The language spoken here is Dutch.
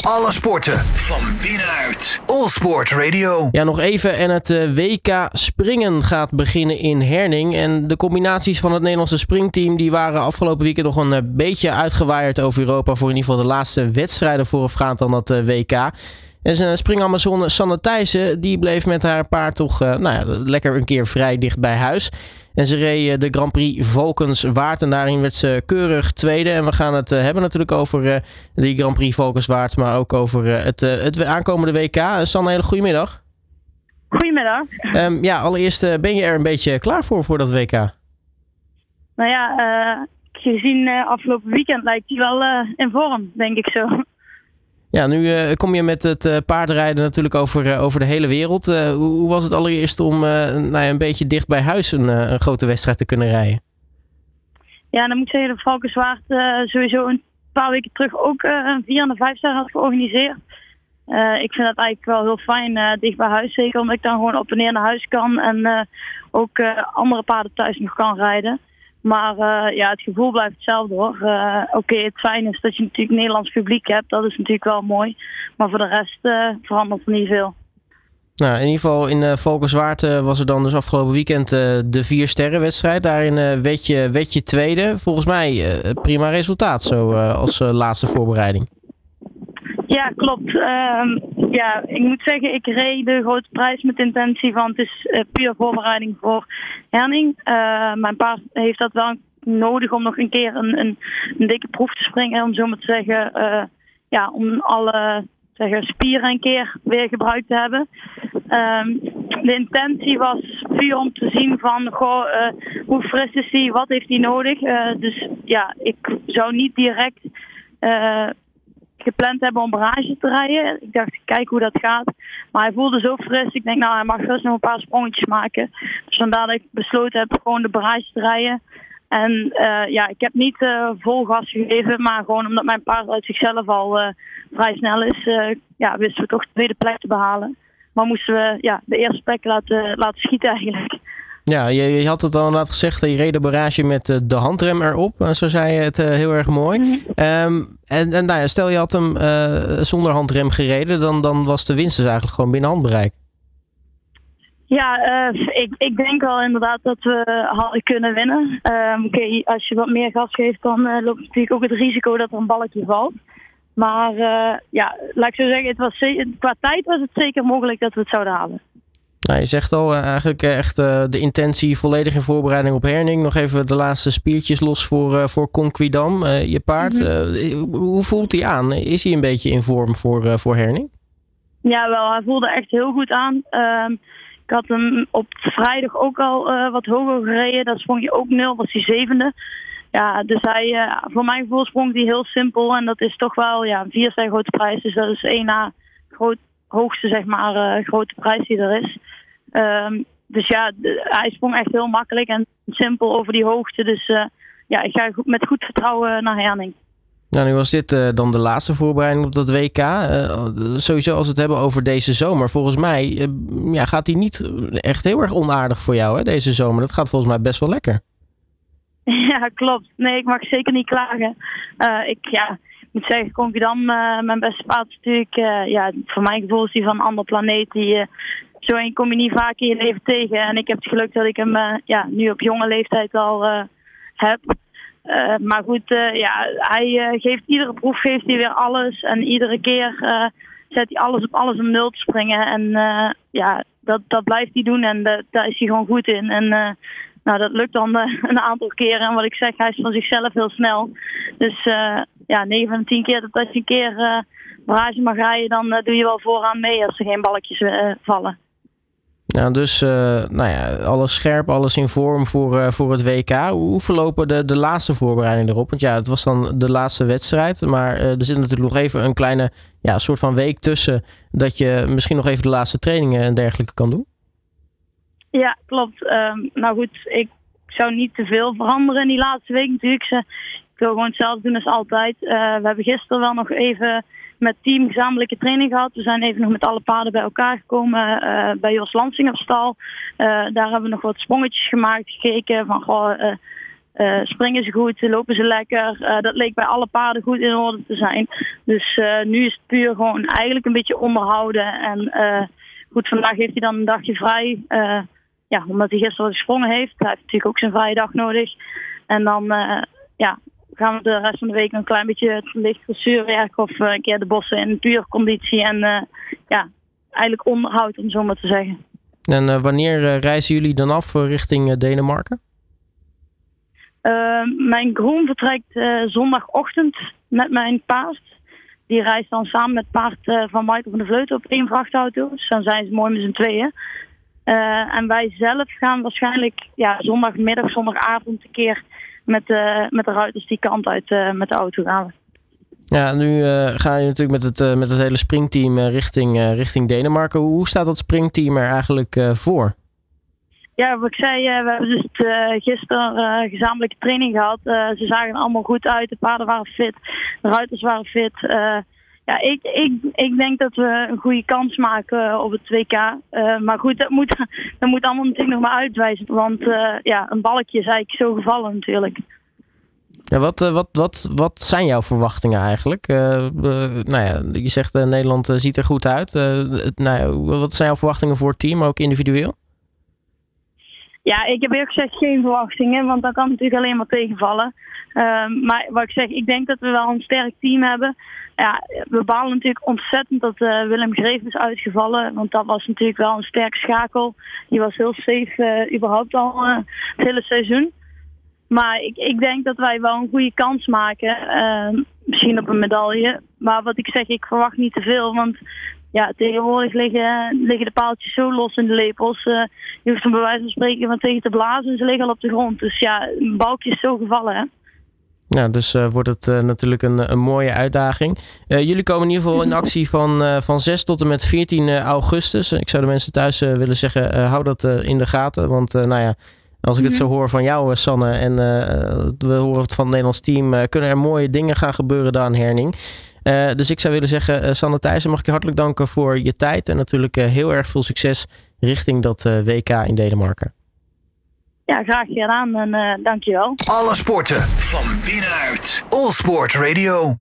Alle sporten van binnenuit. All Sport Radio. Ja, nog even. En het WK springen gaat beginnen in Herning. En de combinaties van het Nederlandse springteam die waren afgelopen weekend nog een beetje uitgewaaid over Europa. Voor in ieder geval de laatste wedstrijden voorafgaand aan dat WK. En zijn springamazone Sanne Thijssen, die bleef met haar paard toch lekker een keer vrij dicht bij huis. En ze reed de Grand Prix Valkenswaard en daarin werd ze keurig tweede. En we gaan het hebben natuurlijk over die Grand Prix Valkenswaard, maar ook over het aankomende WK. Sanne, hele goedemiddag. Goedemiddag. Allereerst ben je er een beetje klaar voor dat WK? Nou ja, gezien afgelopen weekend lijkt hij wel in vorm, denk ik zo. Ja, nu kom je met het paardrijden natuurlijk over de hele wereld. Hoe was het allereerst om een beetje dicht bij huis een grote wedstrijd te kunnen rijden? Ja, dan moet ik zeggen dat Valkenswaard sowieso een paar weken terug ook een 4 en een 5 ster had georganiseerd. Ik vind dat eigenlijk wel heel fijn dicht bij huis. Zeker omdat ik dan gewoon op en neer naar huis kan en ook andere paarden thuis nog kan rijden. Maar het gevoel blijft hetzelfde hoor. Oké, het fijn is dat je natuurlijk Nederlands publiek hebt. Dat is natuurlijk wel mooi. Maar voor de rest verandert er niet veel. Nou, in ieder geval in Valkenswaard was er dan dus afgelopen weekend de 4 sterrenwedstrijd. Daarin werd je tweede. Volgens mij prima resultaat zo als laatste voorbereiding. Ja, klopt. Ik moet zeggen, ik reed de grote prijs met de intentie van het is puur voorbereiding voor Herning. Mijn paard heeft dat wel nodig om nog een keer een dikke proef te springen, om zo maar te zeggen. Om alle spieren een keer weer gebruikt te hebben. De intentie was puur om te zien van hoe fris is hij, wat heeft hij nodig. Ik zou niet direct gepland hebben om barrage te rijden. Ik dacht, kijk hoe dat gaat. Maar hij voelde zo fris. Ik denk, hij mag rust nog een paar sprongetjes maken. Dus vandaar dat ik besloten heb gewoon de barrage te rijden. En ik heb niet vol gas gegeven, maar gewoon omdat mijn paard uit zichzelf al vrij snel is, wisten we toch de tweede plek te behalen. Maar moesten we de eerste plek laten schieten eigenlijk. Ja, je had het al inderdaad gezegd, je reed de barrage met de handrem erop. Zo zei je het heel erg mooi. Mm-hmm. Stel je had hem zonder handrem gereden, dan was de winst dus eigenlijk gewoon binnen handbereik. Ja, ik denk wel inderdaad dat we hadden kunnen winnen. Als je wat meer gas geeft, dan loopt natuurlijk ook het risico dat er een balletje valt. Maar laat ik zo zeggen, qua tijd was het zeker mogelijk dat we het zouden halen. Nou, je zegt al eigenlijk echt de intentie volledig in voorbereiding op Herning. Nog even de laatste spiertjes los voor Conquidam, je paard. Mm-hmm. Hoe voelt hij aan? Is hij een beetje in vorm voor Herning? Ja, wel. Hij voelde echt heel goed aan. Ik had hem op vrijdag ook al wat hoger gereden. Daar sprong hij ook 0, was hij 7e. Ja, dus voor mijn gevoel sprong hij heel simpel. En dat is toch wel een 4 ster grote prijs. Dus dat is 1 na hoogste grote prijs die er is. Hij sprong echt heel makkelijk en simpel over die hoogte. Dus ik ga met goed vertrouwen naar Herning. Nou, nu was dit dan de laatste voorbereiding op dat WK. Sowieso als we het hebben over deze zomer. Volgens mij gaat die niet echt heel erg onaardig voor jou, hè, deze zomer. Dat gaat volgens mij best wel lekker. Ja, klopt. Nee, ik mag zeker niet klagen. Ik moet zeggen, Conquidam, mijn beste paard is natuurlijk... voor mijn gevoel is die van een ander planeet. Zo een kom je niet vaak in je leven tegen. En ik heb het geluk dat ik hem nu op jonge leeftijd al heb. Maar goed, hij geeft iedere proef geeft hij weer alles. En iedere keer zet hij alles op alles om 0 te springen. En dat blijft hij doen en daar is hij gewoon goed in. En dat lukt dan een aantal keren. En wat ik zeg, hij is van zichzelf heel snel. Dus 9 van de 10 keer dat je een keer barrage mag rijden, dan doe je wel vooraan mee als er geen balletjes vallen. Ja, dus alles scherp, alles in vorm voor het WK. Hoe verlopen de laatste voorbereidingen erop? Want het was dan de laatste wedstrijd. Maar er zit natuurlijk nog even een kleine soort van week tussen dat je misschien nog even de laatste trainingen en dergelijke kan doen. Ja, klopt. Ik zou niet te veel veranderen in die laatste week natuurlijk. Ik wil gewoon hetzelfde doen als altijd. We hebben gisteren wel nog even met team gezamenlijke training gehad. We zijn even nog met alle paarden bij elkaar gekomen bij Jos Lansing op stal. Daar hebben we nog wat sprongetjes gemaakt, gekeken van springen ze goed, lopen ze lekker. Dat leek bij alle paarden goed in orde te zijn. Dus nu is het puur gewoon eigenlijk een beetje onderhouden. En goed, vandaag heeft hij dan een dagje vrij. Omdat hij gisteren wat gesprongen heeft. Hij heeft natuurlijk ook zijn vrije dag nodig. En dan gaan we de rest van de week een klein beetje het licht dressuurwerk of een keer de bossen in puur conditie. En eigenlijk onderhoud, om zo maar te zeggen. En wanneer reizen jullie dan af richting Denemarken? Mijn groom vertrekt zondagochtend met mijn paard. Die reist dan samen met het paard van Michael van der Vleuten op 1 vrachtauto. Dus dan zijn ze mooi met z'n tweeën. En wij zelf gaan waarschijnlijk zondagmiddag, zondagavond een keer met de ruiters die kant uit met de auto gaan we. Ja, nu ga je natuurlijk met het hele springteam richting Denemarken. Hoe staat dat springteam er eigenlijk voor? Ja, wat ik zei, we hebben dus gisteren gezamenlijke training gehad. Ze zagen er allemaal goed uit. De paarden waren fit. De ruiters waren fit. Ik denk dat we een goede kans maken op het WK. Maar goed, dat moet allemaal natuurlijk nog maar uitwijzen. Want een balkje is eigenlijk zo gevallen natuurlijk. Ja, wat zijn jouw verwachtingen eigenlijk? Je zegt Nederland ziet er goed uit. Wat zijn jouw verwachtingen voor het team, ook individueel? Ja, ik heb eerlijk gezegd geen verwachtingen, want dat kan natuurlijk alleen maar tegenvallen. Maar wat ik zeg, ik denk dat we wel een sterk team hebben. Ja, we balen natuurlijk ontzettend dat Willem Greef is uitgevallen, want dat was natuurlijk wel een sterk schakel. Die was heel safe überhaupt al het hele seizoen. Maar ik denk dat wij wel een goede kans maken. Misschien op een medaille. Maar wat ik zeg, ik verwacht niet te veel, want tegenwoordig liggen de paaltjes zo los in de lepels. Je hoeft er bij wijze van spreken van tegen te blazen en ze liggen al op de grond. Dus een balkje is zo gevallen, hè. Ja, dus wordt het natuurlijk een mooie uitdaging. Jullie komen in ieder geval in actie van 6 tot en met 14 augustus. Ik zou de mensen thuis willen zeggen, hou dat in de gaten. Want als ik het zo hoor van jou, Sanne, en we horen het van het Nederlands team, kunnen er mooie dingen gaan gebeuren daar in Herning. Dus ik zou willen zeggen, Sanne Thijssen, mag ik je hartelijk danken voor je tijd. En natuurlijk heel erg veel succes richting dat WK in Denemarken. Ja, graag gedaan en dankjewel. Alle sporten van binnenuit. All Sport Radio.